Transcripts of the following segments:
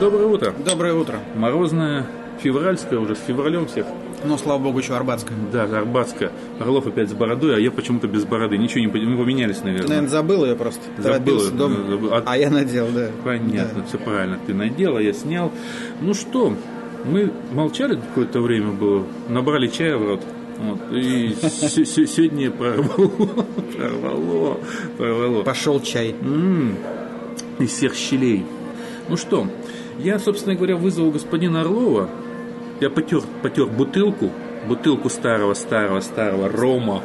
Доброе утро. Доброе утро. Морозное, февральское уже, с февралем всех. Но, слава богу, еще арбатское. Да, арбатское. Орлов опять с бородой, а я почему-то без бороды. Ничего не понимаю, мы поменялись, наверное. Наверное, забыл ее просто. Торопился дома. А я надел, да. Понятно, да. Все правильно. Ты надел, а я снял. Ну что, мы молчали какое-то время было, набрали чая в рот. Вот, и сегодня прорвало. Пошел чай. Из всех щелей. Ну что, я, собственно говоря, вызвал господина Орлова. Я потер бутылку старого рома.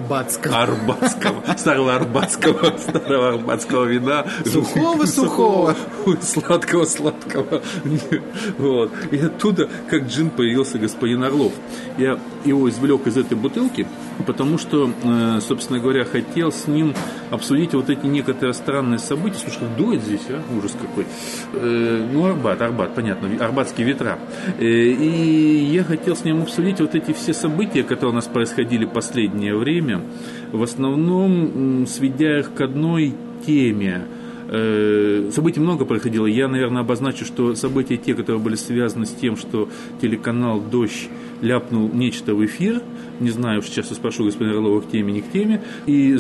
Старого арбатского вина. Сухого. Сладкого. Вот. И оттуда, как джин, появился господин Орлов. Я его извлек из этой бутылки, потому что, собственно говоря, хотел с ним обсудить вот эти некоторые странные события. Слушай, как дует здесь, а? Ужас какой. Ну, Арбат, понятно, арбатские ветра. И я хотел с ним обсудить вот эти все события, которые у нас происходили в последнее время, в основном сведя их к одной теме. Событий много происходило. Я, наверное, обозначу, что события те, которые были связаны с тем, что телеканал «Дождь» ляпнул нечто в эфир. Не знаю, сейчас я спрошу господина Орлова к теме, не к теме. И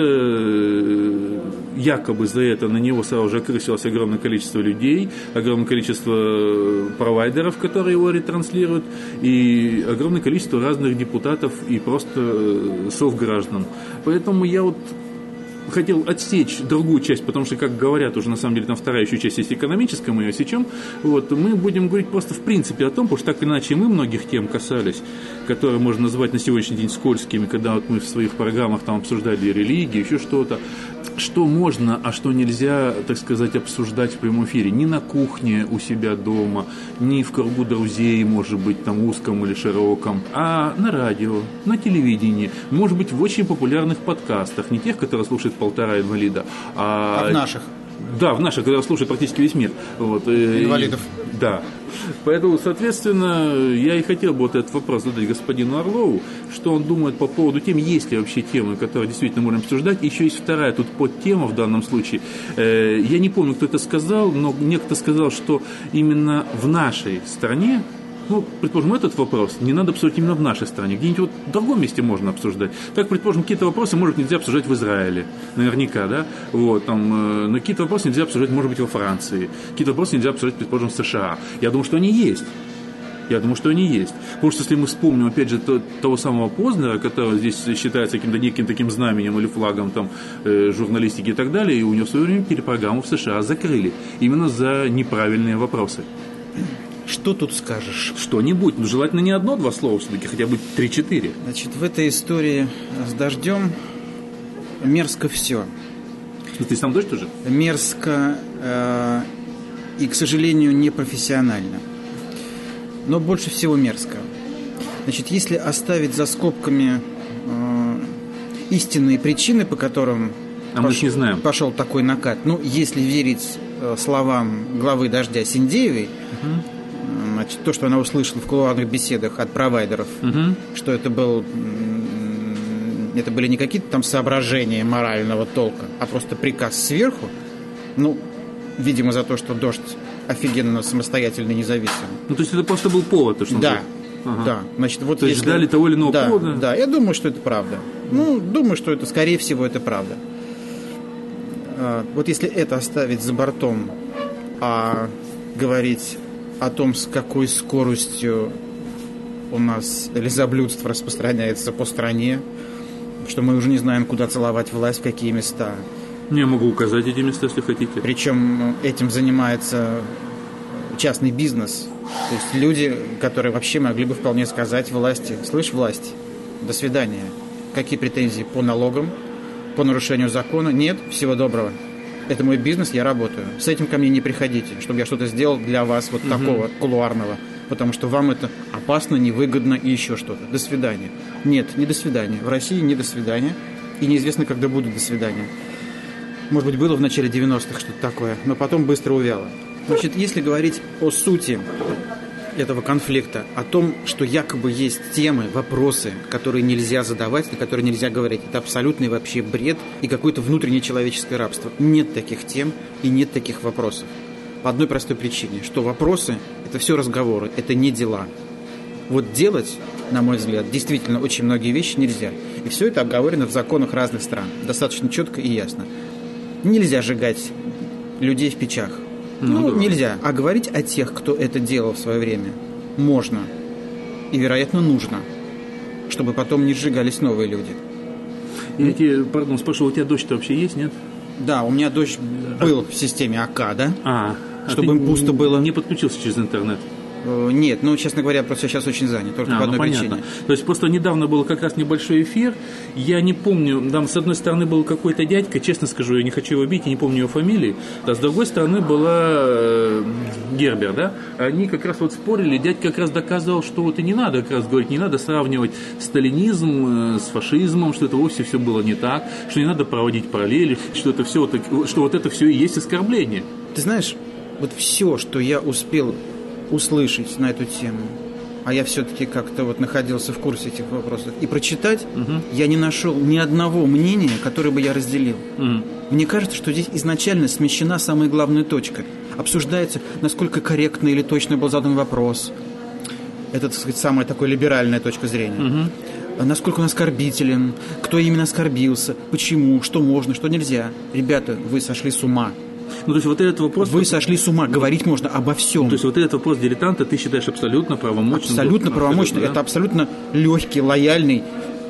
якобы за это на него сразу же окрысилось огромное количество людей, огромное количество провайдеров, которые его ретранслируют, и огромное количество разных депутатов и просто совграждан. Поэтому я хотел отсечь другую часть, потому что, как говорят, уже на самом деле там вторая еще часть есть экономическая, мы ее сечем. Вот, мы будем говорить просто в принципе о том, потому что так или иначе мы многих тем касались, которые можно назвать на сегодняшний день скользкими, когда вот мы в своих программах там обсуждали религию, еще что-то. Что можно, а что нельзя, так сказать, обсуждать в прямом эфире. Ни на кухне у себя дома, ни в кругу друзей, может быть, там узком или широком, а на радио, на телевидении, может быть, в очень популярных подкастах, не тех, которые слушает 1,5 инвалида, а в наших. Да, в наших, которые слушает практически весь мир. Вот, инвалидов. Да. Поэтому, соответственно, я и хотел бы вот этот вопрос задать господину Орлову, что он думает по поводу тем, есть ли вообще темы, которые действительно можем обсуждать. Еще есть вторая тут подтема в данном случае. Я не помню, кто это сказал, но некто сказал, что именно в нашей стране, предположим, этот вопрос не надо обсуждать именно в нашей стране. Где-нибудь в другом месте можно обсуждать. Так, предположим, какие-то вопросы, может быть, нельзя обсуждать в Израиле. Наверняка, да? Вот, но какие-то вопросы нельзя обсуждать, может быть, во Франции. Какие-то вопросы нельзя обсуждать, предположим, в США. Я думаю, что они есть. Потому что если мы вспомним, опять же, того самого Познера, который здесь считается каким-то неким таким знаменем или флагом там, журналистики и так далее, и у него в свое время телепрограмму в США закрыли. Именно за неправильные вопросы. Что тут скажешь? Что-нибудь, но желательно не одно-два слова все-таки, хотя бы 3-4. Значит, в этой истории с дождем мерзко все. Ты сам дождь тоже? Мерзко и, к сожалению, непрофессионально. Но больше всего мерзко. Значит, если оставить за скобками истинные причины, по которым пошел такой накат, если верить словам главы «Дождя» Синдеевой, значит, то, что она услышала в кулуарных беседах от провайдеров, что это были не какие-то там соображения морального толка, а просто приказ сверху, видимо, за то, что «Дождь» офигенно самостоятельно и независим. То есть это просто был повод, что да. Да, значит, вот то есть ждали того или иного повода? Да, я думаю, что это правда. Думаю, что это, скорее всего, это правда. Вот если это оставить за бортом, а говорить о том, с какой скоростью у нас лизоблюдство распространяется по стране, что мы уже не знаем, куда целовать власть, в какие места. Я могу указать эти места, если хотите. Причем этим занимается частный бизнес. То есть люди, которые вообще могли бы вполне сказать власти: слышь, власть, до свидания. Какие претензии по налогам, по нарушению закона? Нет, всего доброго. Это мой бизнес, я работаю. С этим ко мне не приходите, чтобы я что-то сделал для вас вот такого кулуарного, потому что вам это опасно, невыгодно и еще что-то. До свидания. Нет, не до свидания. В России не до свидания. И неизвестно, когда будет до свидания. Может быть, было в начале 90-х что-то такое, но потом быстро увяло. Значит, если говорить о сути этого конфликта, о том, что якобы есть темы, вопросы, которые нельзя задавать, на которые нельзя говорить, это абсолютный вообще бред и какое-то внутреннее человеческое рабство. Нет таких тем и нет таких вопросов. По одной простой причине, что вопросы – это все разговоры, это не дела. Вот делать, на мой взгляд, действительно очень многие вещи нельзя. И все это оговорено в законах разных стран. Достаточно четко и ясно. Нельзя сжигать людей в печах. Ну, нельзя. А говорить о тех, кто это делал в свое время, можно. И, вероятно, нужно. Чтобы потом не сжигались новые люди. Я тебе, пардон, спрашивал, у тебя дождь вообще есть, нет? Да, у меня дождь был в системе АК, да? Чтобы им пусто было. Не подключился через интернет? Нет, честно говоря, просто сейчас очень занят, только по одной причине. То есть просто недавно был как раз небольшой эфир, я не помню, там с одной стороны был какой-то дядька, честно скажу, я не хочу его бить, я не помню его фамилии, а с другой стороны была Гербер, да, они как раз вот спорили, дядька как раз доказывал, что вот и не надо как раз говорить, не надо сравнивать сталинизм с фашизмом, что это вовсе все было не так, что не надо проводить параллели, что это все, что вот это все и есть оскорбление. Ты знаешь, вот все, что я успел услышать на эту тему, а я все-таки как-то вот находился в курсе этих вопросов, и прочитать, я не нашел ни одного мнения, которое бы я разделил. Мне кажется, что здесь изначально смещена самая главная точка. Обсуждается, насколько корректно или точно был задан вопрос. Это, так сказать, самая такая либеральная точка зрения. Насколько он оскорбителен, кто именно оскорбился, почему, что можно, что нельзя. Ребята, вы сошли с ума. То есть вот этот вопрос... Вы сошли с ума, говорить можно обо всем. То есть вот этот вопрос дилетанта ты считаешь абсолютно правомочным? Абсолютно правомочным. Да? Это абсолютно легкий, лояльный,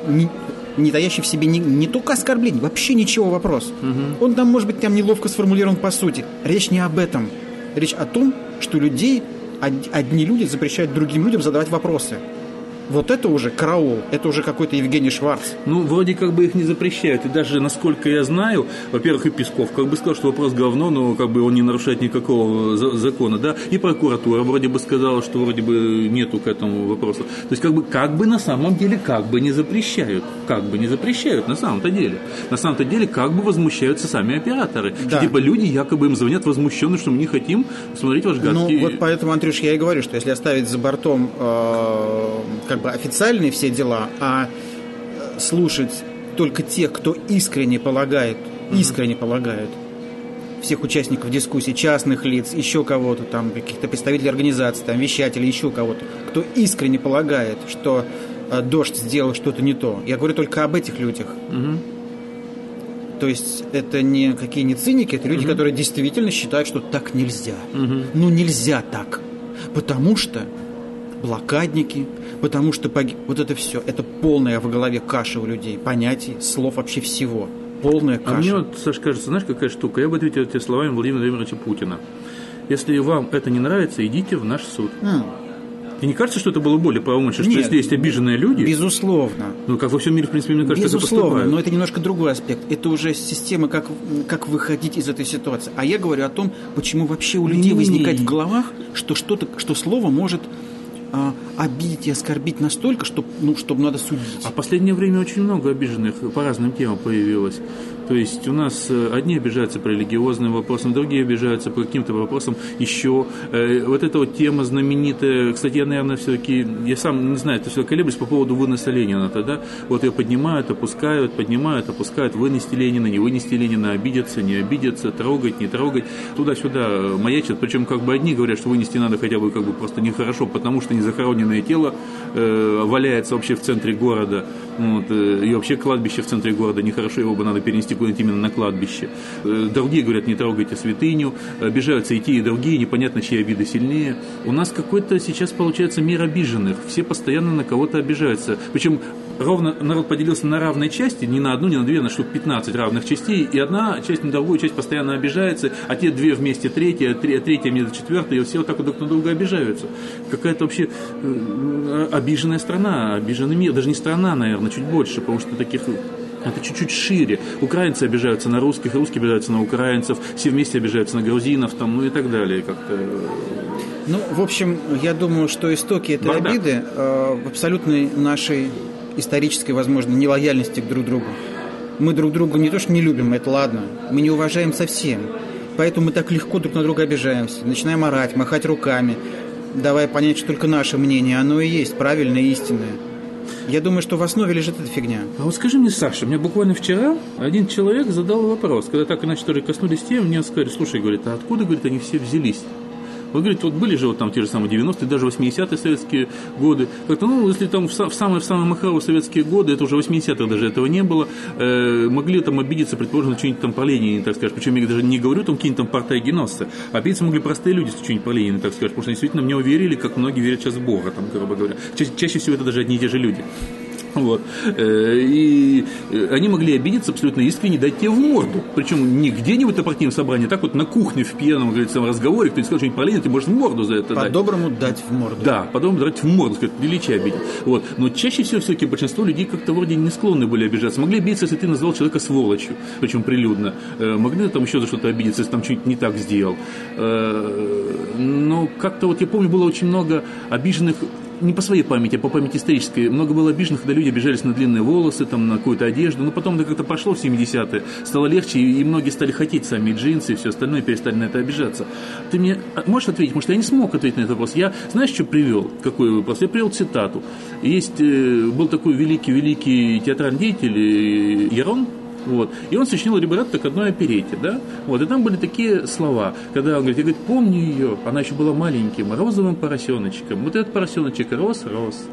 не таящий в себе не только оскорбление, вообще ничего вопрос. Он там, может быть, там неловко сформулирован по сути. Речь не об этом. Речь о том, что одни люди запрещают другим людям задавать вопросы. Вот это уже караул, это уже какой-то Евгений Шварц. Вроде как бы их не запрещают. И даже, насколько я знаю, во-первых, и Песков как бы сказал, что вопрос говно, но как бы он не нарушает никакого закона, да. И прокуратура вроде бы сказала, что вроде бы нету к этому вопросу. То есть как бы на самом деле как бы не запрещают. Как бы не запрещают на самом-то деле. На самом-то деле как бы возмущаются сами операторы. Да. Что, типа люди якобы им звонят возмущенно, что мы не хотим смотреть ваш гадкий... вот поэтому, Андрюш, я и говорю, что если оставить за бортом официальные все дела, а слушать только тех, кто искренне полагает, всех участников дискуссий, частных лиц, еще кого-то там, каких-то представителей организаций, там, вещателей, еще кого-то, кто искренне полагает, что дождь сделал что-то не то. Я говорю только об этих людях. То есть это не какие не циники, это люди, которые действительно считают, что так нельзя. Нельзя так. Потому что блокадники, потому что вот это все, это полная в голове каша у людей, понятий, слов, вообще всего. Полная каша. А мне вот, Саш, кажется, знаешь, какая штука? Я бы ответил тебе словами Владимира Владимировича Путина. Если вам это не нравится, идите в наш суд. И не кажется, что это было более правомочно, что если есть обиженные люди... Безусловно. Как во всем мире, в принципе, мне кажется, безусловно, это поступает. Но это немножко другой аспект. Это уже система, как выходить из этой ситуации. А я говорю о том, почему вообще у людей возникает в головах, что слово может обидеть и оскорбить настолько, чтобы надо судить. А в последнее время очень много обиженных по разным темам появилось. То есть у нас одни обижаются по религиозным вопросам, другие обижаются по каким-то вопросам еще. Вот эта вот тема знаменитая, кстати, я, наверное, все-таки, я сам не знаю, это все колеблюсь по поводу выноса Ленина-то, да? Вот ее поднимают, опускают, вынести Ленина, не вынести Ленина, обидеться, не обидеться, трогать, не трогать, туда-сюда маячат. Причем как бы одни говорят, что вынести надо хотя бы как бы просто нехорошо, потому что незахороненное тело валяется вообще в центре города, и вообще кладбище в центре города, нехорошо, его бы надо перенести куда-нибудь именно на кладбище. Другие говорят, не трогайте святыню, обижаются и те, и другие, непонятно, чьи обиды сильнее. У нас какой-то сейчас получается мир обиженных, все постоянно на кого-то обижаются. Причем ровно народ поделился на равные части, не на одну, не на две, на штук 15 равных частей, и одна часть на другую часть постоянно обижается, а те две вместе третья, третья вместе четвертая, и все вот так вот друг на друга обижаются. Какая-то вообще обиженная страна, обиженный мир, даже не страна, наверное, чуть больше, потому что таких... Это чуть-чуть шире. Украинцы обижаются на русских, русские обижаются на украинцев, все вместе обижаются на грузинов, там, и так далее. Как-то... в общем, я думаю, что истоки этой обиды в абсолютной нашей исторической, возможно, нелояльности друг к другу. Мы друг друга не то что не любим, это ладно, мы не уважаем совсем. Поэтому мы так легко друг на друга обижаемся, начинаем орать, махать руками, давая понять, что только наше мнение, оно и есть правильное и истинное. Я думаю, что в основе лежит эта фигня. А вот скажи мне, Саша, мне буквально вчера один человек задал вопрос, когда так иначе тоже коснулись темы, мне сказали, слушай, говорит, а откуда, говорит, они все взялись? Вот, говорит, вот были же вот там те же самые 90-е, даже 80-е советские годы. Как-то, ну, если там в самые махровые советские годы, это уже 80-х даже этого не было, могли там обидеться, предположим, на что-нибудь там про Ленина, так сказать. Причем я даже не говорю там какие-нибудь там партагеносцы. Обидеться могли простые люди, что-нибудь про Ленина, так сказать. Потому что действительно в него верили, как многие верят сейчас в Бога, там, грубо говоря. Чаще всего это даже одни и те же люди. Вот. И они могли обидеться абсолютно искренне, дать тебе в морду. Причем не где-нибудь на партийном собрании, а так вот на кухне в пьяном, говорится, разговоре, кто-нибудь сказал что-нибудь про Ленина, ты можешь в морду за это дать. По-доброму дать в морду. Да, по-доброму дать в морду, сказать, величие обидеть. Вот. Но чаще всего все-таки большинство людей как-то вроде не склонны были обижаться. Могли обидеться, если ты назвал человека сволочью, причем прилюдно. Могли там еще за что-то обидеться, если там что-нибудь не так сделал. Но как-то вот я помню, было очень много обиженных, не по своей памяти, а по памяти исторической. Много было обиженных, когда люди обижались на длинные волосы, там, на какую-то одежду. Но потом это как-то пошло в 70-е, стало легче, и многие стали хотеть сами джинсы и все остальное, перестали на это обижаться. Ты мне можешь ответить? Потому что я не смог ответить на этот вопрос. Я, знаешь, что привел? Какой вопрос? Я привел цитату. Был такой великий театральный деятель Ярон. Вот. И он сочинил либретто к одной оперете, да? Вот. И там были такие слова, когда он говорит, помню ее, она еще была маленьким, розовым поросеночком. Вот этот поросеночек рос,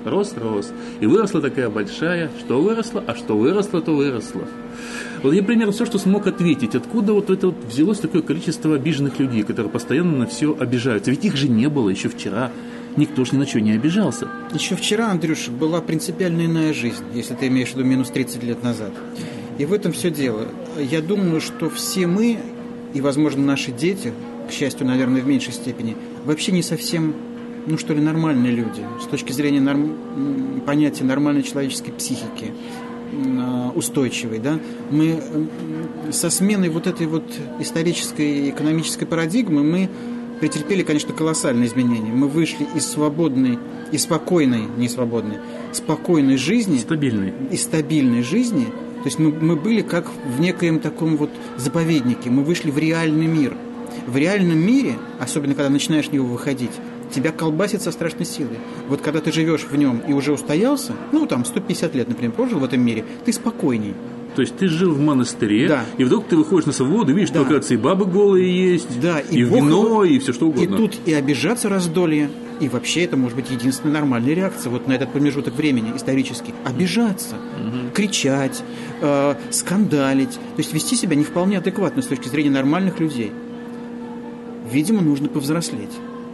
и выросла такая большая, что выросла, а что выросло, то выросло. Вот я примерно все, что смог ответить, откуда вот это вот взялось такое количество обиженных людей, которые постоянно на все обижаются. Ведь их же не было еще вчера. Никто ж ни на что не обижался. Еще вчера, Андрюша, была принципиально иная жизнь, если ты имеешь в виду минус 30 лет назад. И в этом все дело. Я думаю, что все мы, и, возможно, наши дети, к счастью, наверное, в меньшей степени, вообще не совсем, нормальные люди. С точки зрения понятия нормальной человеческой психики, устойчивой, да? Мы со сменой вот этой вот исторической и экономической парадигмы мы претерпели, конечно, колоссальные изменения. Мы вышли из свободной и спокойной, не свободной, спокойной жизни. Стабильной. И стабильной жизни. То есть мы были как в некоем таком вот заповеднике. Мы вышли в реальный мир. В реальном мире, особенно когда начинаешь в него выходить, тебя колбасит со страшной силой. Вот когда ты живешь в нем и уже устоялся, 150 лет, например, прожил в этом мире, ты спокойней. То есть ты жил в монастыре, да. И вдруг ты выходишь на свободу, видишь, что, оказывается, и бабы голые есть, да, и вино, и все что угодно. И тут и обижаться раздолье, и вообще это может быть единственная нормальная реакция вот на этот промежуток времени исторический. Обижаться, кричать, скандалить, то есть вести себя не вполне адекватно с точки зрения нормальных людей. Видимо, нужно повзрослеть.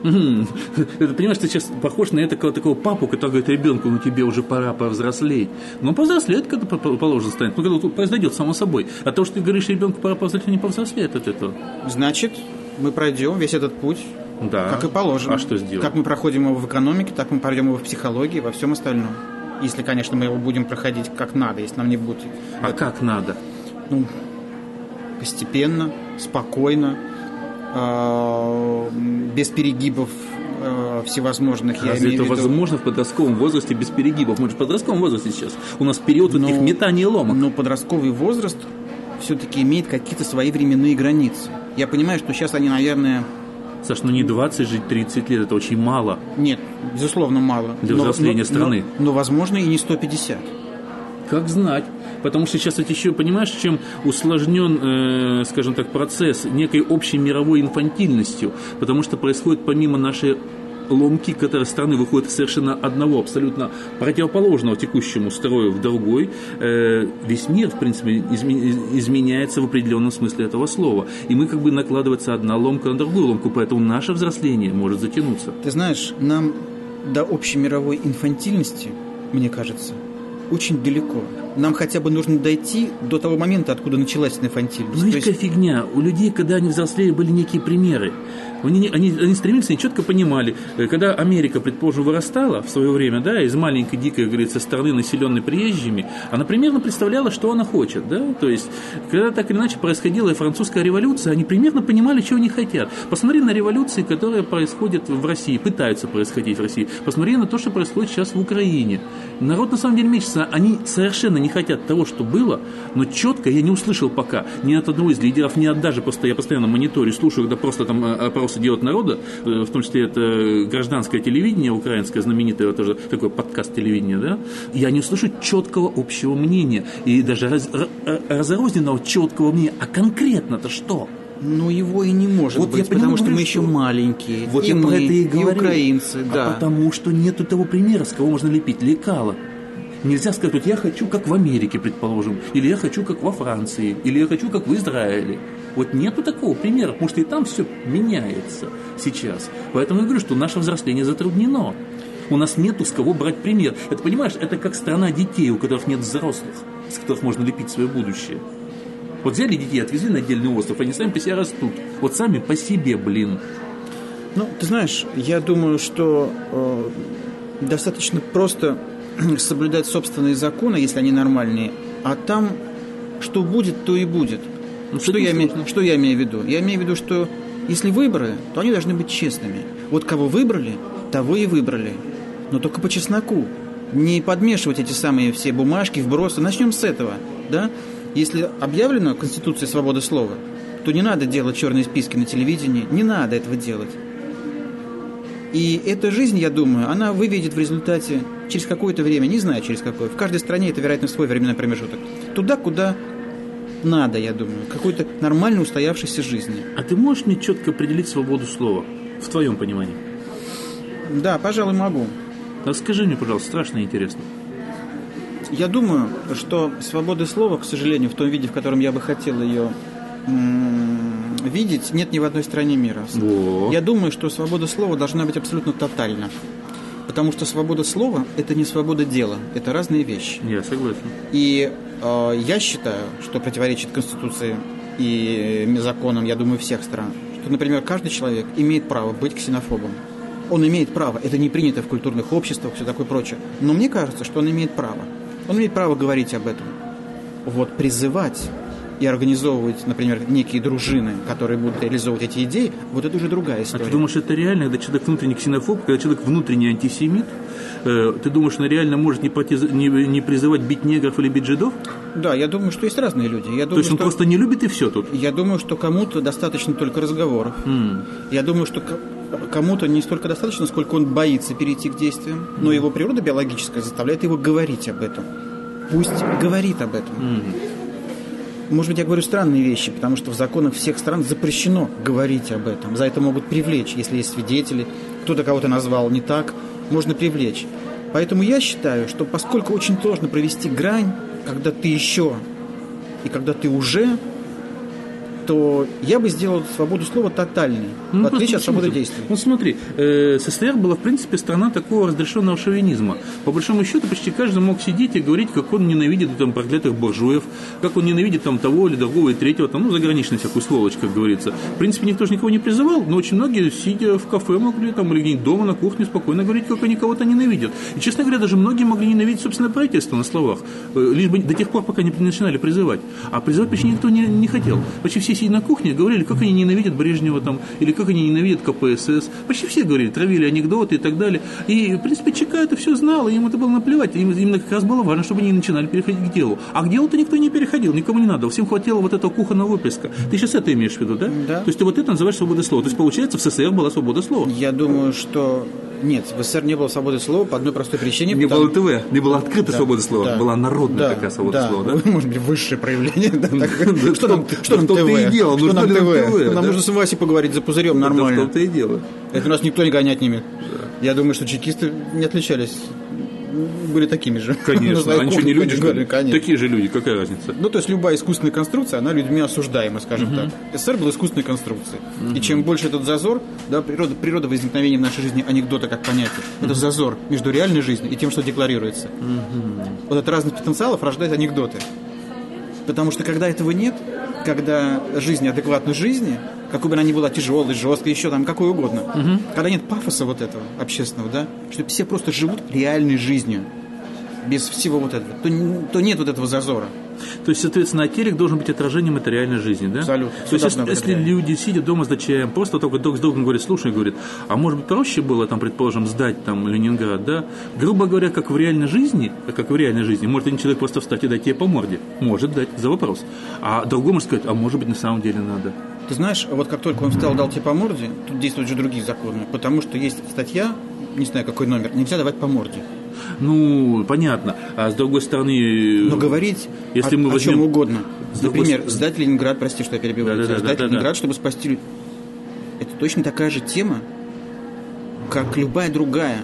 Ты понимаешь, ты сейчас похож на такого папу, который говорит ребенку, тебе уже пора повзрослеть. Но повзрослеет, когда положено станет. Когда это произойдет само собой. А то, что ты говоришь ребенку пора повзрослеть, он не повзрослеет от этого. Значит, мы пройдем весь этот путь, да. Как и положено. А что сделать? Как мы проходим его в экономике, так мы пройдем его в психологии, во всем остальном. Если, конечно, мы его будем проходить как надо, если нам не будет... Как надо? Постепенно, спокойно, без перегибов всевозможных. Разве это возможно в подростковом возрасте без перегибов? Мы же в подростковом возрасте сейчас. У нас период таких метаний и ломок. Но подростковый возраст все-таки имеет какие-то свои временные границы. Я понимаю, что сейчас они, наверное... Саш, не 20 же, 30 лет, это очень мало. Нет, безусловно, мало. Для взросления страны. Но, возможно, и не 150. Как знать. Потому что сейчас еще, понимаешь, чем усложнен, скажем так, процесс некой общей мировой инфантильностью. Потому что происходит помимо нашей ломки, которые страны выходят совершенно одного, абсолютно противоположного текущему строю в другой, весь мир, в принципе, изменяется в определенном смысле этого слова. И мы накладывается одна ломка на другую ломку, поэтому наше взросление может затянуться. Ты знаешь, нам до общей мировой инфантильности, мне кажется, очень далеко. Нам хотя бы нужно дойти до того момента, откуда началась инфантильность. Ну, какая фигня. У людей, когда они взрослели, были некие примеры. Они стремились, они четко понимали, когда Америка, предположим, вырастала в свое время, да, из маленькой, дикой, говорится, страны, населенной приезжими, она примерно представляла, что она хочет, да, то есть, когда так или иначе происходила и французская революция, они примерно понимали, чего они хотят. Посмотри на революции, которые происходят в России, пытаются происходить в России. Посмотри на то, что происходит сейчас в Украине. Народ, на самом деле, меньше кажется, они совершенно не хотят того, что было, но четко я не услышал пока ни от одного из лидеров, ни от даже просто, я постоянно мониторю, слушаю, когда просто там опросы делают народа, в том числе это гражданское телевидение украинское, знаменитое, тоже такой подкаст телевидения, да, я не услышу четкого общего мнения, и даже разрозненного четкого мнения, а конкретно-то что? Ну, его и не может вот быть, потому что мы еще маленькие, вот и я мы, про это и говорю, и украинцы, да. Потому что нету того примера, с кого можно лепить лекала. Нельзя сказать, вот я хочу, как в Америке, предположим, или я хочу, как во Франции, или я хочу, как в Израиле. Вот нету такого примера, потому что и там все меняется сейчас. Поэтому я говорю, что наше взросление затруднено. У нас нету с кого брать пример. Это, понимаешь, это как страна детей, у которых нет взрослых, с которых можно лепить свое будущее. Вот взяли детей, отвезли на отдельный остров, они сами по себе растут. Вот сами по себе, блин. Ну, ты знаешь, я думаю, что достаточно просто соблюдать собственные законы, если они нормальные, а там что будет, то и будет. Ну, что я имею в виду? Я имею в виду, что если выборы, то они должны быть честными. Вот кого выбрали, того и выбрали. Но только по чесноку. Не подмешивать эти самые все бумажки, вбросы. Начнем с этого, да? Если объявлена Конституция свободы слова, то не надо делать черные списки на телевидении, не надо этого делать. И эта жизнь, я думаю, она выведет в результате через какое-то время, не знаю через какое, в каждой стране это, вероятно, свой временной промежуток, туда, куда надо, я думаю, какой-то нормальной устоявшейся жизни. А ты можешь мне четко определить свободу слова, в твоем понимании? Да, пожалуй, могу. Расскажи мне, пожалуйста, страшно интересно. Я думаю, что свободы слова, к сожалению, в том виде, в котором я бы хотел ее видеть, нет ни в одной стране мира. Я думаю, что свобода слова должна быть абсолютно тотальна. Потому что свобода слова – это не свобода дела, это разные вещи. Я согласен. И я считаю, что противоречит Конституции и законам, я думаю, всех стран, что, например, каждый человек имеет право быть ксенофобом. Он имеет право, это не принято в культурных обществах, все такое прочее. Но мне кажется, что он имеет право. Он имеет право говорить об этом. Вот призывать и организовывать, например, некие дружины, которые будут реализовывать эти идеи, вот это уже другая история. А ты думаешь, это реально, когда человек внутренний ксенофоб, когда человек внутренний антисемит, ты думаешь, он реально может не призывать бить негров или бить жидов? Да, я думаю, что есть разные люди. То есть он просто не любит и все тут? Я думаю, что кому-то достаточно только разговоров. Я думаю, что кому-то не столько достаточно, сколько он боится перейти к действиям, но его природа биологическая заставляет его говорить об этом. Пусть говорит об этом. Может быть, я говорю странные вещи, потому что в законах всех стран запрещено говорить об этом. За это могут привлечь, если есть свидетели, кто-то кого-то назвал не так, можно привлечь. Поэтому я считаю, что поскольку очень сложно провести грань, когда ты еще и когда ты уже, то я бы сделал свободу слова тотальной, в отличие от свободы действий. Ну смотри, СССР была в принципе страна такого разрешенного шовинизма. По большому счету почти каждый мог сидеть и говорить, как он ненавидит там проклятых буржуев, как он ненавидит там того или другого и третьего, там, ну, заграничную всякую сволочь, как говорится. В принципе, никто же никого не призывал, но очень многие, сидя в кафе, могли там или где-нибудь дома на кухне спокойно говорить, как они кого-то ненавидят. И, честно говоря, даже многие могли ненавидеть собственное правительство на словах, лишь бы до тех пор, пока не начинали призывать. А призывать почти никто не хотел. Почти все сидя на кухне, говорили, как они ненавидят Брежнева там, или как они ненавидят КПСС. Почти все говорили, травили анекдоты и так далее. И, в принципе, ЧК это все знал, и им это было наплевать. Им именно как раз было важно, чтобы они не начинали переходить к делу. А к делу-то никто не переходил, никому не надо. Всем хватило вот этого кухонного выплеска. Ты сейчас это имеешь в виду, да? Да. То есть ты вот это называешь свободой слова. То есть, получается, в СССР была свобода слова. Я думаю, что... Нет, в СССР не было свободы слова по одной простой причине. Не было ТВ, не была открытая свобода слова, была народная такая свобода слова, да? Может быть, высшее проявление. Что нам ТВ? Что нам ТВ? Нам нужно с Васей поговорить за пузырем нормально. В том-то и дело. Это нас никто не гонять не имеет. Я думаю, что чекисты не отличались. Были такими же. Конечно, они что, не люди, что ли? Такие же люди, какая разница? Ну, то есть любая искусственная конструкция, она людьми осуждаема, скажем так. СССР был искусственной конструкцией. И чем больше этот зазор, да, природа возникновения в нашей жизни анекдота как понятие, это зазор между реальной жизнью и тем, что декларируется. Вот этот разность потенциалов рождает анекдоты. Потому что когда этого нет, когда жизнь адекватна жизни, какой бы она ни была тяжелой, жесткой, еще там какой угодно, когда нет пафоса вот этого общественного, да, что все просто живут реальной жизнью, без всего вот этого, то нет вот этого зазора. То есть, соответственно, телек должен быть отражением этой реальной жизни, да? Абсолютно. То есть, если люди сидят дома за чаем, просто только друг с другом говорят, слушай, говорит, а может быть проще было, там, предположим, сдать там Ленинград, да? Грубо говоря, как в реальной жизни, может один человек просто встать и дать тебе по морде. Может дать, за вопрос. А другому сказать, а может быть на самом деле надо. Ты знаешь, вот как только он встал, дал тебе по морде, тут действуют же другие законы, потому что есть статья, не знаю какой номер, нельзя давать по морде. Ну, понятно. А с другой стороны... Но говорить если мы возьмем... о чем угодно. Например, сдать Ленинград, прости, что я перебиваю, сдать Ленинград, чтобы спасти... Это точно такая же тема, как любая другая.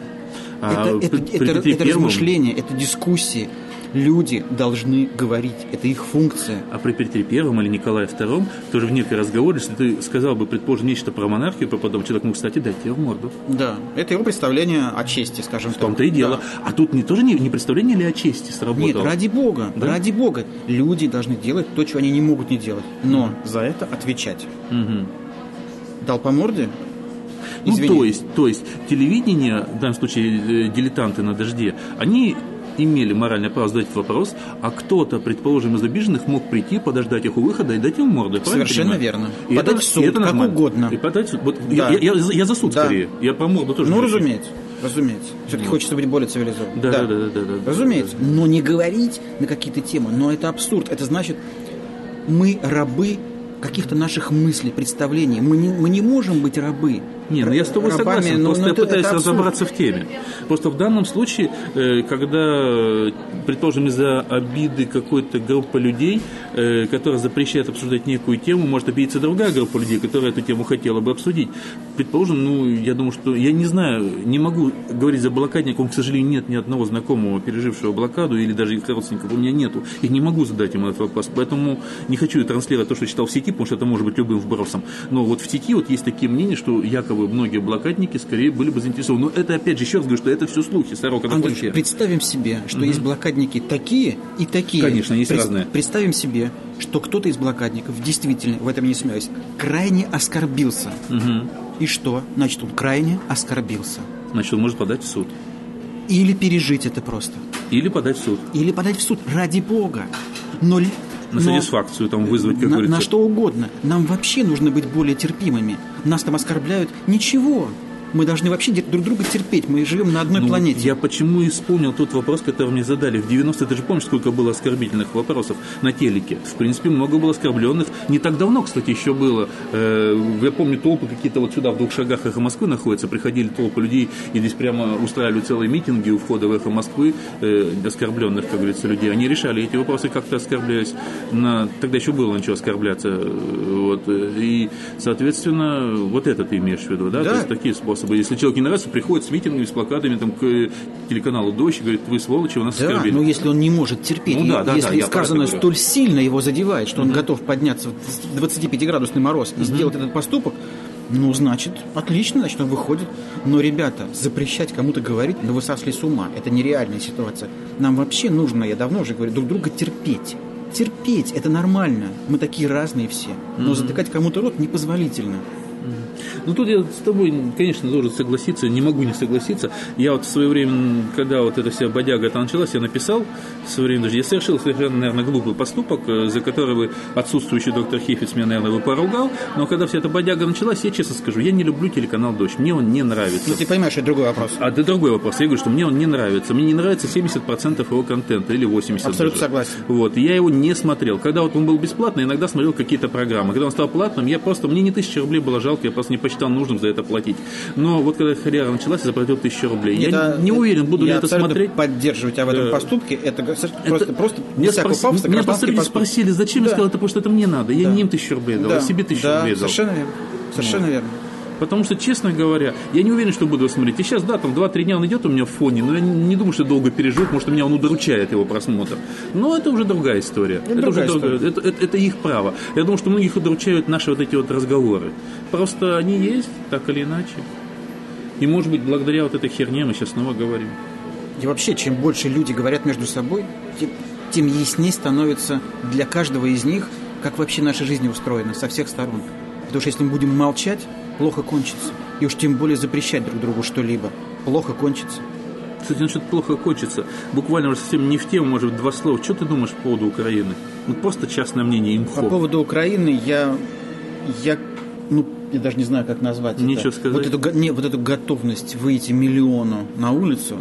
Это размышления, это дискуссии. Люди должны говорить, это их функция. А при Петре Первом или Николае II, тоже в некой разговоре, если ты сказал бы, предположим, нечто про монархию, про подобное, человек мог, кстати, дать тебе в морду. Да, это его представление о чести, скажем так. В том-то и дело. Да. А тут тоже не представление ли о чести сработало? Нет, ради Бога, да? Ради Бога. Люди должны делать то, чего они не могут не делать, но за это отвечать. Дал по морде? Извини. То есть телевидение, в данном случае дилетанты на дожде, они имели моральное право задать вопрос, а кто-то, предположим, из обиженных мог прийти, подождать их у выхода и дать им морду. Совершенно верно. И подать в суд, это как угодно. И подать в суд. Вот да. я за суд скорее. Я про морду тоже. Ну, разумеется. Все-таки хочется быть более цивилизованным. Да. Разумеется. Но не говорить на какие-то темы, но это абсурд. Это значит, мы рабы каких-то наших мыслей, представлений. Мы не можем быть рабы. Не, я с тобой согласен, просто я пытаюсь разобраться в теме. Просто в данном случае, когда, предположим, из-за обиды какой-то группы людей, которая запрещает обсуждать некую тему, может обидеться другая группа людей, которая эту тему хотела бы обсудить. Предположим, я думаю, что, я не знаю, не могу говорить за блокадников, к сожалению, нет ни одного знакомого, пережившего блокаду, или даже их родственников у меня нету, и не могу задать ему этот вопрос, поэтому не хочу транслировать то, что читал в сети, потому что это может быть любым вбросом. Но вот в сети вот есть такие мнения, что якобы многие блокадники скорее были бы заинтересованы. Но это, опять же, еще раз говорю, что это все слухи. Андрюш, представим себе, что есть блокадники такие и такие. Конечно, есть разные. Представим себе, что кто-то из блокадников действительно, в этом не сомневаюсь, крайне оскорбился. И что? Значит, он крайне оскорбился. Значит, он может подать в суд. Или пережить это просто. Или подать в суд. Или подать в суд, ради Бога. Но сатисфакцию там вызвать, как говорится. На что угодно. Нам вообще нужно быть более терпимыми. Нас там оскорбляют. Ничего. Мы должны вообще друг друга терпеть. Мы живем на одной планете. Я почему и вспомнил тот вопрос, который мне задали. В 90-е, ты же помнишь, сколько было оскорбительных вопросов на телеке? В принципе, много было оскорбленных. Не так давно, кстати, еще было. Я помню, толпы какие-то вот сюда, в 2 шагах «Эхо Москвы» находятся. Приходили толпы людей и здесь прямо устраивали целые митинги у входа в «Эхо Москвы», оскорбленных, как говорится, людей. Они решали эти вопросы, как-то оскорбляясь. Тогда еще было на что оскорбляться. Вот. И, соответственно, вот это ты имеешь в виду, да? То есть такие способы. Если человек не нравится, приходит с митингами, с плакатами там, к телеканалу «Дождь» и говорит, вы сволочи, у нас оскорбили. Но если он не может терпеть, если сказанное столь сильно его задевает, что он готов подняться в 25-градусный мороз и сделать этот поступок, значит, отлично, значит, он выходит. Но, ребята, запрещать кому-то говорить, вы сошли с ума. Это нереальная ситуация. Нам вообще нужно, я давно уже говорю, друг друга терпеть. Терпеть – это нормально. Мы такие разные все. Но затыкать кому-то рот непозволительно. Тут я с тобой, конечно, должен согласиться, не могу не согласиться. Я вот в свое время, когда вот эта вся бодяга началась, я написал в свое время, я совершил совершенно, наверное, глупый поступок, за который бы отсутствующий доктор Хефиц меня, наверное, бы поругал, но когда вся эта бодяга началась, я честно скажу, я не люблю телеканал «Дождь», мне он не нравится. Ты понимаешь, это другой вопрос. Это другой вопрос. Я говорю, что мне он не нравится. Мне не нравится 70% его контента, или 80%. Абсолютно согласен. Вот, я его не смотрел. Когда вот он был бесплатный, иногда смотрел какие-то программы. Когда он стал платным, мне не 1000 рублей было жалко, я просто не посчитал нужным за это платить. Но вот когда халява началась, я заплатил 1000 рублей. Я не уверен, буду ли это смотреть. Я поддерживаю тебя в этом поступке. Это просто меня просто люди спросили, зачем я сказал это, потому что это мне надо. Я не им 1000 рублей дал, а себе 1000 рублей дал. Совершенно верно. Потому что, честно говоря, я не уверен, что буду смотреть. И сейчас, там 2-3 дня он идет у меня в фоне, но я не думаю, что долго переживет, может, меня он удручает, его просмотр. Но это уже другая история. Это их право. Я думаю, что многих удручают наши вот эти вот разговоры. Просто они есть, так или иначе. И, может быть, благодаря вот этой херне мы сейчас снова говорим. И вообще, чем больше люди говорят между собой, тем яснее становится для каждого из них, как вообще наша жизнь устроена со всех сторон. Потому что если мы будем молчать, плохо кончится. И уж тем более запрещать друг другу что-либо. Плохо кончится. Кстати, что-то плохо кончится. Буквально уже совсем не в тему, может, два слова. Что ты думаешь по поводу Украины? Просто частное мнение, имхо. По поводу Украины я даже не знаю, как назвать Нечего это. сказать. Вот эту готовность выйти миллиону на улицу,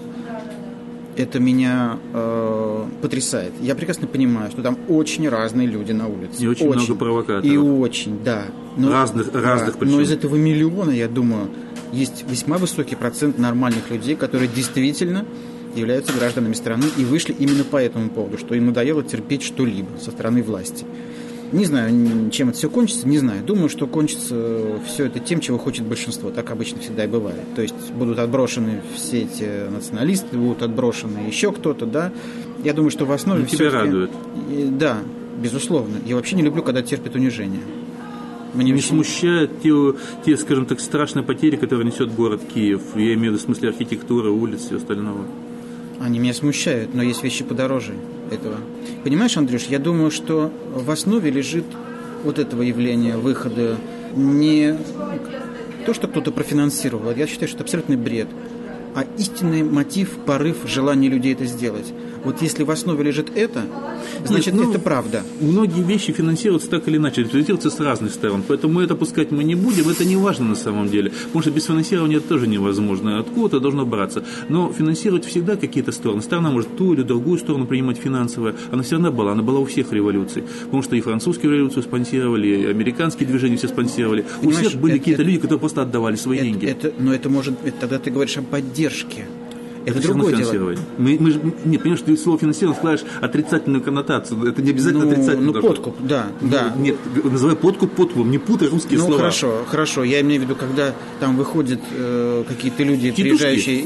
это меня потрясает. Я прекрасно понимаю, что там очень разные люди на улице. И очень много провокаторов. И очень, да. Разных причем. Но из этого миллиона, я думаю, есть весьма высокий процент нормальных людей, которые действительно являются гражданами страны и вышли именно по этому поводу, что им надоело терпеть что-либо со стороны власти. Не знаю, чем это все кончится, не знаю. Думаю, что кончится все это тем, чего хочет большинство. Так обычно всегда и бывает. То есть будут отброшены все эти националисты, будут отброшены еще кто-то, да. Я думаю, что в основе тебя радует? Да, безусловно. Я вообще не люблю, когда терпят унижение. Меня не смущают те, скажем так, страшные потери, которые несет город Киев. Я имею в виду в смысле архитектуры, улиц и всего остального. Они меня смущают, но есть вещи подороже этого. Понимаешь, Андрюш, я думаю, что в основе лежит вот этого явления выхода не то, что кто-то профинансировал, я считаю, что это абсолютный бред, а истинный мотив, порыв, желание людей это сделать. Вот если в основе лежит это, значит, это правда. Многие вещи финансируются так или иначе, финансируются с разных сторон, поэтому это пускать мы не будем, это не важно на самом деле, потому что без финансирования это тоже невозможно, откуда-то должно браться. Но финансировать всегда какие-то стороны. Сторона может ту или другую сторону принимать финансовую, она всегда была, она была у всех революций, потому что и французскую революцию спонсировали, и американские движения все спонсировали. Понимаешь, у всех были какие-то люди, которые просто отдавали свои деньги. Но это может, тогда ты говоришь о поддержке. Это другое дело. Понимаешь, ты слово финансирование складываешь отрицательную коннотацию. Это не обязательно отрицательно. Подкуп, да. Нет, называй подкуп подкупом, не путай русские слова. Хорошо. Я имею в виду, когда там выходят какие-то люди, приезжающие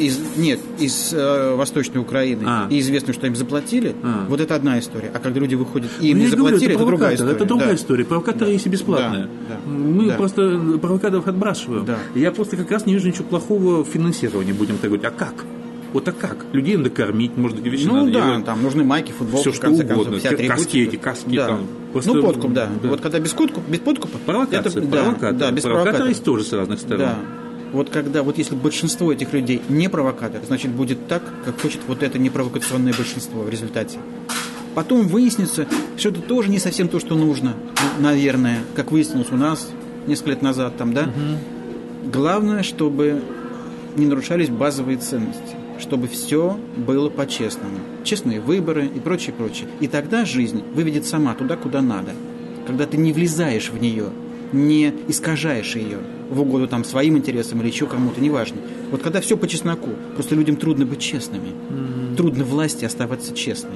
из Восточной Украины, и известно, что им заплатили, вот это одна история. А когда люди выходят и им не заплатили, это другая история. Это другая история. Провокаторы есть и бесплатные. Мы просто провокаторов отбрасываем. Я просто как раз не вижу ничего плохого в финансировании, будем так говорить. А как? Вот так как? Людей надо кормить, может быть, вещи надо делать. Там нужны майки, футболки, все, в конце концов, вся атрибутика. Каски. Да. Там. Просто, подкуп, да. Вот когда без подкупа. Провокация. Без провокаторы есть тоже с разных сторон. Да. Вот если большинство этих людей не провокаторы, значит, будет так, как хочет вот это непровокационное большинство в результате. Потом выяснится, что это тоже не совсем то, что нужно, наверное, как выяснилось у нас несколько лет назад там, да. Главное, чтобы не нарушались базовые ценности, чтобы все было по-честному. Честные выборы и прочее. И тогда жизнь выведет сама туда, куда надо. Когда ты не влезаешь в нее, не искажаешь ее в угоду там своим интересам или еще кому-то, неважно. Вот когда все по чесноку, просто людям трудно быть честными. Трудно власти оставаться честной.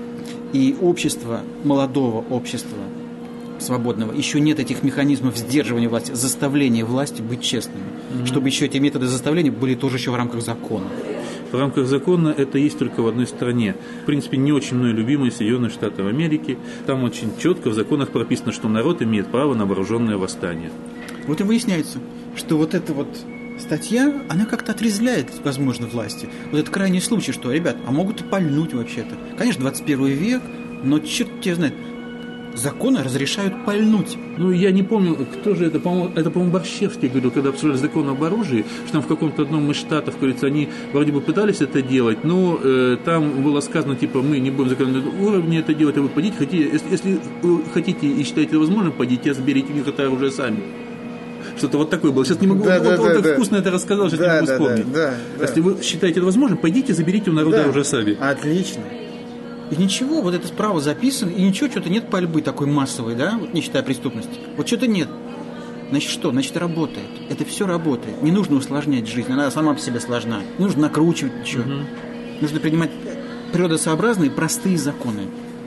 И общество, молодого общества, свободного, еще нет этих механизмов сдерживания власти, заставления власти быть честными. Чтобы еще эти методы заставления были тоже еще в рамках закона. В рамках закона это есть только в одной стране. В принципе, не очень мной любимые Соединенные Штаты Америки. Там очень четко в законах прописано, что народ имеет право на вооруженное восстание. Вот и выясняется, что вот эта вот статья, она как-то отрезвляет, возможно, власти. Вот это крайний случай, что, ребят, а могут и пальнуть вообще-то. Конечно, 21 век, но черт тебя знает, законы разрешают пальнуть. Я не помню, кто же это, по-моему, Борщевский говорил, когда обсуждали закон об оружии, что там в каком-то одном из штатов, говорится, они вроде бы пытались это делать, но там было сказано, типа, мы не будем законодательном уровне это делать, а вы пойдите, если вы хотите и считаете возможным, пойдите, заберите у них это оружие сами. Что-то вот такое было. Сейчас не могу, он так вкусно это рассказал, сейчас не могу вспомнить. Если вы считаете это возможным, пойдите, заберите у народа оружие сами. Отлично. И ничего, вот это справа записано, и ничего, что-то нет пальбы такой массовой, да, вот не считая преступности. Вот что-то нет. Значит, что? Значит, работает. Это все работает. Не нужно усложнять жизнь, она сама по себе сложна. Не нужно накручивать ничего. Нужно принимать природосообразные, простые законы.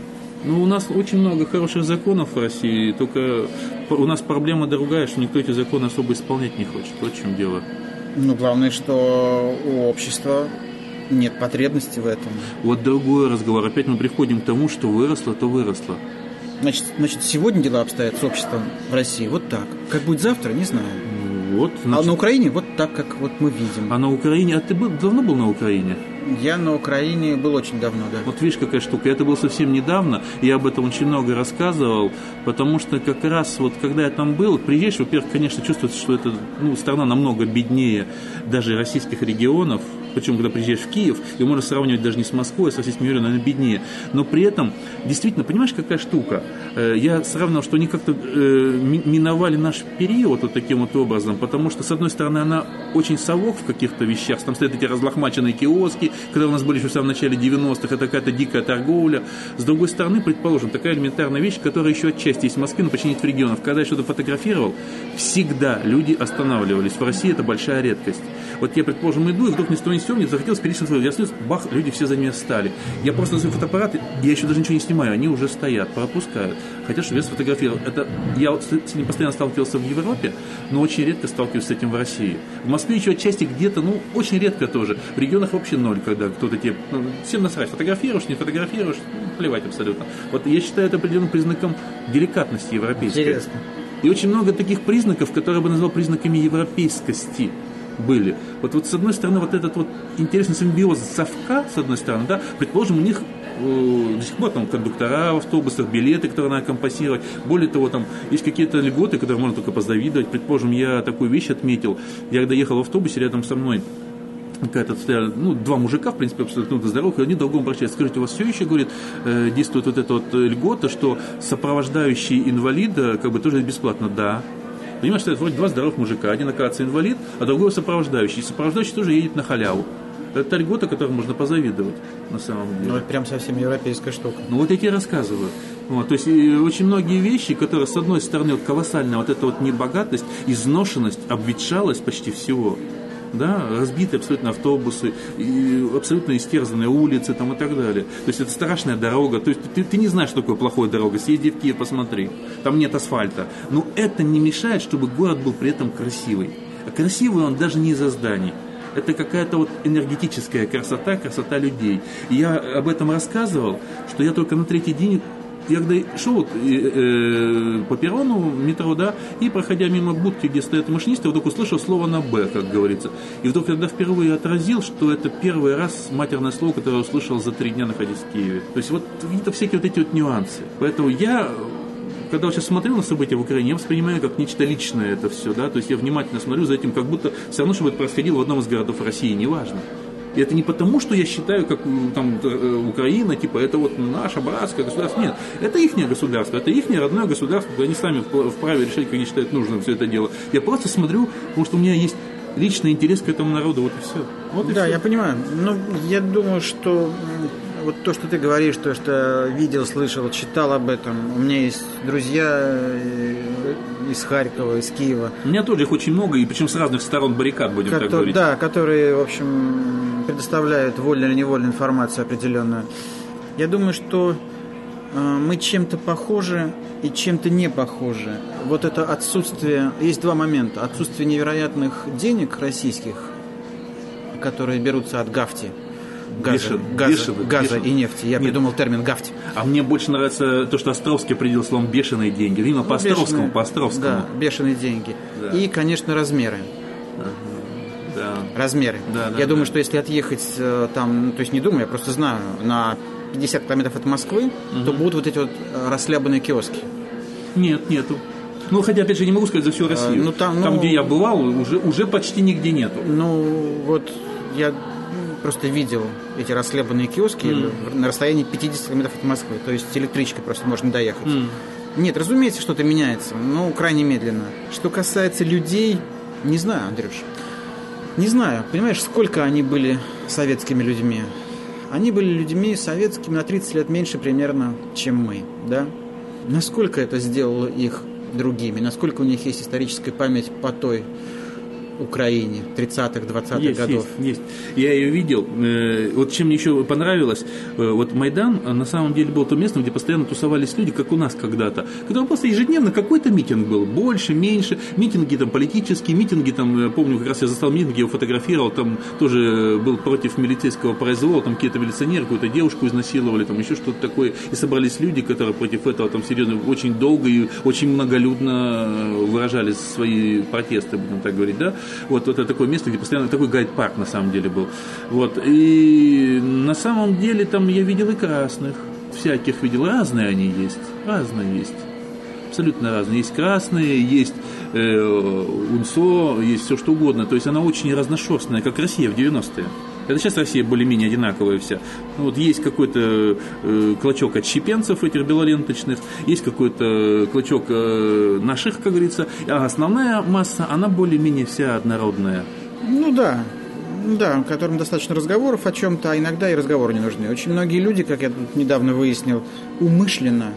У нас очень много хороших законов в России, только у нас проблема другая, что никто эти законы особо исполнять не хочет. Вот в чем дело. Главное, что у общества нет потребности в этом. Вот другой разговор. Опять мы приходим к тому, что выросло, то выросло. Значит, сегодня дела обстоят с обществом в России вот так. Как будет завтра, не знаю. Вот, значит... А на Украине вот так, как вот мы видим. А на Украине... А ты давно был на Украине? Я на Украине был очень давно, да. Вот видишь, какая штука. Это было совсем недавно, я об этом очень много рассказывал, потому что как раз вот когда я там был, приезжаешь, во-первых, конечно, чувствуется, что это страна намного беднее даже российских регионов, причем когда приезжаешь в Киев, ее можно сравнивать даже не с Москвой, а с российским регионом, наверное, беднее. Но при этом, действительно, понимаешь, какая штука? Я сравнивал, что они как-то миновали наш период вот таким вот образом, потому что, с одной стороны, она очень совок в каких-то вещах, там стоят эти разлохмаченные киоски, когда у нас были еще в самом начале 90-х, это какая-то дикая торговля. С другой стороны, предположим, такая элементарная вещь, которая еще отчасти есть в Москве, но почти нет в регионах. Когда я что-то фотографировал, всегда люди останавливались. В России это большая редкость. Вот я, предположим, иду, и вдруг ни с того ни с сего мне захотелось перейти на я слышу, бах, люди все за меня встали. Я просто на свой фотоаппарат, я еще даже ничего не снимаю, они уже стоят, пропускают. Хотят, чтобы я сфотографировал. Я с этим постоянно сталкивался в Европе, но очень редко сталкиваюсь с этим в России. В Москве еще отчасти где-то, очень редко тоже. В регионах вообще ноль, когда кто-то тебе, всем насрать, фотографируешь, не фотографируешь, плевать абсолютно. Вот я считаю это определенным признаком деликатности европейской. Интересно. И очень много таких признаков, которые я бы назвал признаками европейскости были. Вот с одной стороны, вот этот вот интересный симбиоз совка, с одной стороны, да, предположим, у них до сих пор там кондуктора в автобусах, билеты, которые надо компенсировать. Более того, там есть какие-то льготы, которые можно только позавидовать. Предположим, я такую вещь отметил. Я когда ехал в автобусе, рядом со мной какая-то стояла, два мужика, в принципе, абсолютно здоровых, и они долгом обращаются. Скажите, у вас все еще, говорит, действует вот эта вот льгота, что сопровождающий инвалида тоже бесплатно? Да. Понимаешь, что это вроде два здоровых мужика. Один, оказывается, инвалид, а другой сопровождающий. Сопровождающий тоже едет на халяву. Это льгота, которой можно позавидовать, на самом деле. Это прям совсем европейская штука. Вот я тебе рассказываю. То есть очень многие вещи, которые, с одной стороны, колоссальная вот эта вот небогатость, изношенность, обветшалость почти всего. Да, разбитые абсолютно автобусы, абсолютно истерзанные улицы там, и так далее. То есть это страшная дорога. То есть ты не знаешь, что такое плохая дорога. Съезди в Киев, посмотри. Там нет асфальта. Но это не мешает, чтобы город был при этом красивый. А красивый он даже не из-за зданий. Это какая-то вот энергетическая красота людей. И я об этом рассказывал, что я только на третий день. Я когда шел по перрону метро, да, и проходя мимо будки, где стоят машинисты, я вдруг услышал слово на «Б», как говорится. И вдруг, когда впервые отразил, что это первый раз матерное слово, которое я услышал за 3 дня, находясь в Киеве. То есть вот какие-то всякие вот эти вот нюансы. Поэтому я, когда вот сейчас смотрю на события в Украине, я воспринимаю как нечто личное это все, да, то есть я внимательно смотрю за этим, как будто все равно, чтобы это происходило в одном из городов России, неважно. И это не потому, что я считаю, как там Украина, это вот наше братское государство. Нет, это их государство, это их родное государство, они сами вправе решать, как они считают нужным все это дело. Я просто смотрю, потому что у меня есть личный интерес к этому народу, вот и все. Вот и да, все. Я понимаю. Но я думаю, что вот то, что ты говоришь, то, что видел, слышал, читал об этом. У меня есть друзья из Харькова, из Киева. У меня тоже их очень много, и причем с разных сторон баррикад, будем так говорить. Да, которые, в общем, предоставляют вольно или невольно информацию определенную. Я думаю, что мы чем-то похожи и чем-то не похожи. Вот это отсутствие... Есть два момента. Отсутствие невероятных денег российских, которые берутся от гафти. Газа и нефти. Я придумал термин «гафть». А мне больше нравится то, что Островский определил словом «бешеные деньги». Именно по Островскому. Да, бешеные деньги. Да. И, конечно, размеры. Да. Размеры. Я думаю, что если отъехать там, то есть не думаю, я просто знаю, на 50 километров от Москвы, то будут вот эти вот расхлябанные киоски. Нету. Хотя, опять же, не могу сказать за всю Россию. Там, где я бывал, уже почти нигде нету. Вот я просто видел эти расхлябанные киоски на расстоянии 50 километров от Москвы. То есть электричкой просто можно доехать. Нет, разумеется, что-то меняется, но крайне медленно. Что касается людей, не знаю, Андрюш. Не знаю, понимаешь, сколько они были советскими людьми? Они были людьми советскими на 30 лет меньше примерно, чем мы, да? Насколько это сделало их другими? Насколько у них есть историческая память по той Украине 30-х, 20-х годов? Есть. Я ее видел. Вот чем мне еще понравилось, вот Майдан на самом деле был то место, где постоянно тусовались люди, как у нас когда-то, когда просто ежедневно какой-то митинг был, больше, меньше, митинги там политические, митинги там, помню, как раз я застал митинг, я его фотографировал, там тоже был против милицейского произвола, там какие-то милиционеры, какую-то девушку изнасиловали, там еще что-то такое, и собрались люди, которые против этого там серьезно, очень долго и очень многолюдно выражали свои протесты, будем так говорить, да. Вот это такое место, где постоянно такой гайд-парк на самом деле был. Вот. И на самом деле там я видел и красных, всяких видел. Разные они есть, абсолютно разные. Есть красные, есть унсо, есть все что угодно. То есть она очень разношерстная, как Россия в 90-е. Это сейчас Россия более-менее одинаковая вся. Вот есть какой-то клочок отщепенцев этих белоленточных, есть какой-то клочок наших, как говорится, а основная масса, она более-менее вся однородная. Ну да, которым достаточно разговоров о чем-то, а иногда и разговоры не нужны. Очень многие люди, как я тут недавно выяснил, умышленно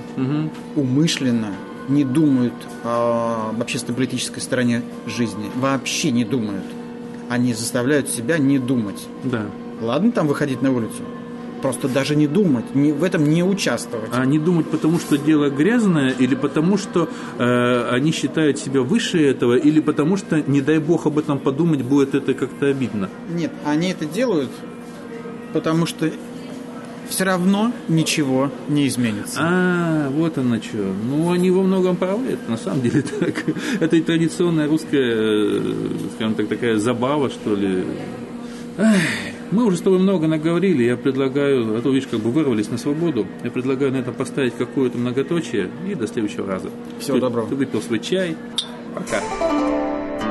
не думают об общественно-политической стороне жизни. Вообще не думают. Они заставляют себя не думать. Да. Ладно там выходить на улицу, просто даже не думать, в этом не участвовать. А не думать потому, что дело грязное, или потому, что они считают себя выше этого, или потому, что, не дай бог, об этом подумать, будет это как-то обидно? Нет, они это делают, потому что все равно ничего не изменится. Вот оно что. Ну, они во многом правы, это на самом деле так. Это и традиционная русская, скажем так, такая забава, что ли. Мы уже с тобой много наговорили, я предлагаю, а то, видишь, как бы вырвались на свободу, я предлагаю на этом поставить какое-то многоточие и до следующего раза. Всего доброго. Ты выпил свой чай. Пока.